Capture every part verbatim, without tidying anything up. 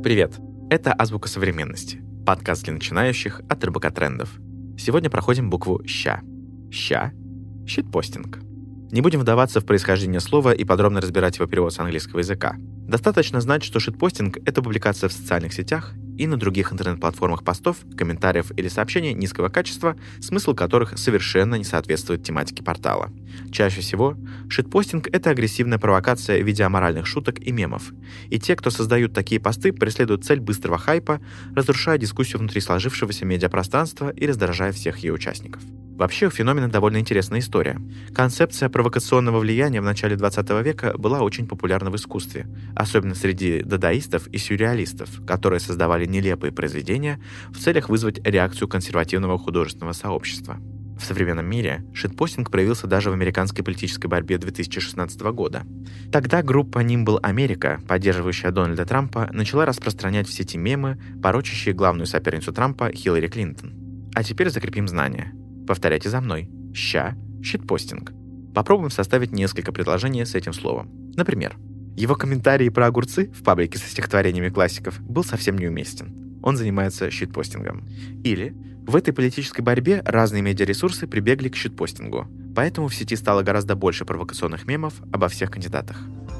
Привет! Это «Азбука современности» — подкаст для начинающих от эр бэ ка трендов. Сегодня проходим букву «щ». «Щ» — щитпостинг. Не будем вдаваться в происхождение слова и подробно разбирать его перевод с английского языка. Достаточно знать, что щитпостинг — это публикация в социальных сетях и на других интернет-платформах постов, комментариев или сообщений низкого качества, смысл которых совершенно не соответствует тематике портала. Чаще всего щитпостинг — это агрессивная провокация в виде аморальных шуток и мемов. И те, кто создают такие посты, преследуют цель быстрого хайпа, разрушая дискуссию внутри сложившегося медиапространства и раздражая всех ее участников. Вообще, у феномена довольно интересная история. Концепция провокационного влияния в начале двадцатого века была очень популярна в искусстве, особенно среди дадаистов и сюрреалистов, которые создавали нелепые произведения в целях вызвать реакцию консервативного художественного сообщества. В современном мире щитпостинг проявился даже в американской политической борьбе две тысячи шестнадцатого года. Тогда группа Nimble America, поддерживающая Дональда Трампа, начала распространять в сети мемы, порочащие главную соперницу Трампа Хиллари Клинтон. А теперь закрепим знания. Повторяйте за мной. Щ – щитпостинг. Попробуем составить несколько предложений с этим словом. Например, его комментарий про огурцы в паблике со стихотворениями классиков был совсем неуместен. Он занимается щитпостингом. Или в этой политической борьбе разные медиаресурсы прибегли к щитпостингу, поэтому в сети стало гораздо больше провокационных мемов обо всех кандидатах.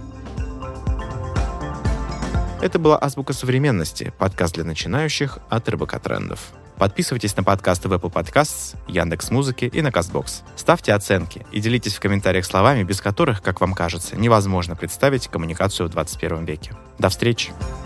Это была «Азбука современности», подкаст для начинающих от эр бэ ка трендов. Подписывайтесь на подкасты в Apple Podcasts, Яндекс.Музыке и на Castbox. Ставьте оценки и делитесь в комментариях словами, без которых, как вам кажется, невозможно представить коммуникацию в двадцать первом веке. До встречи!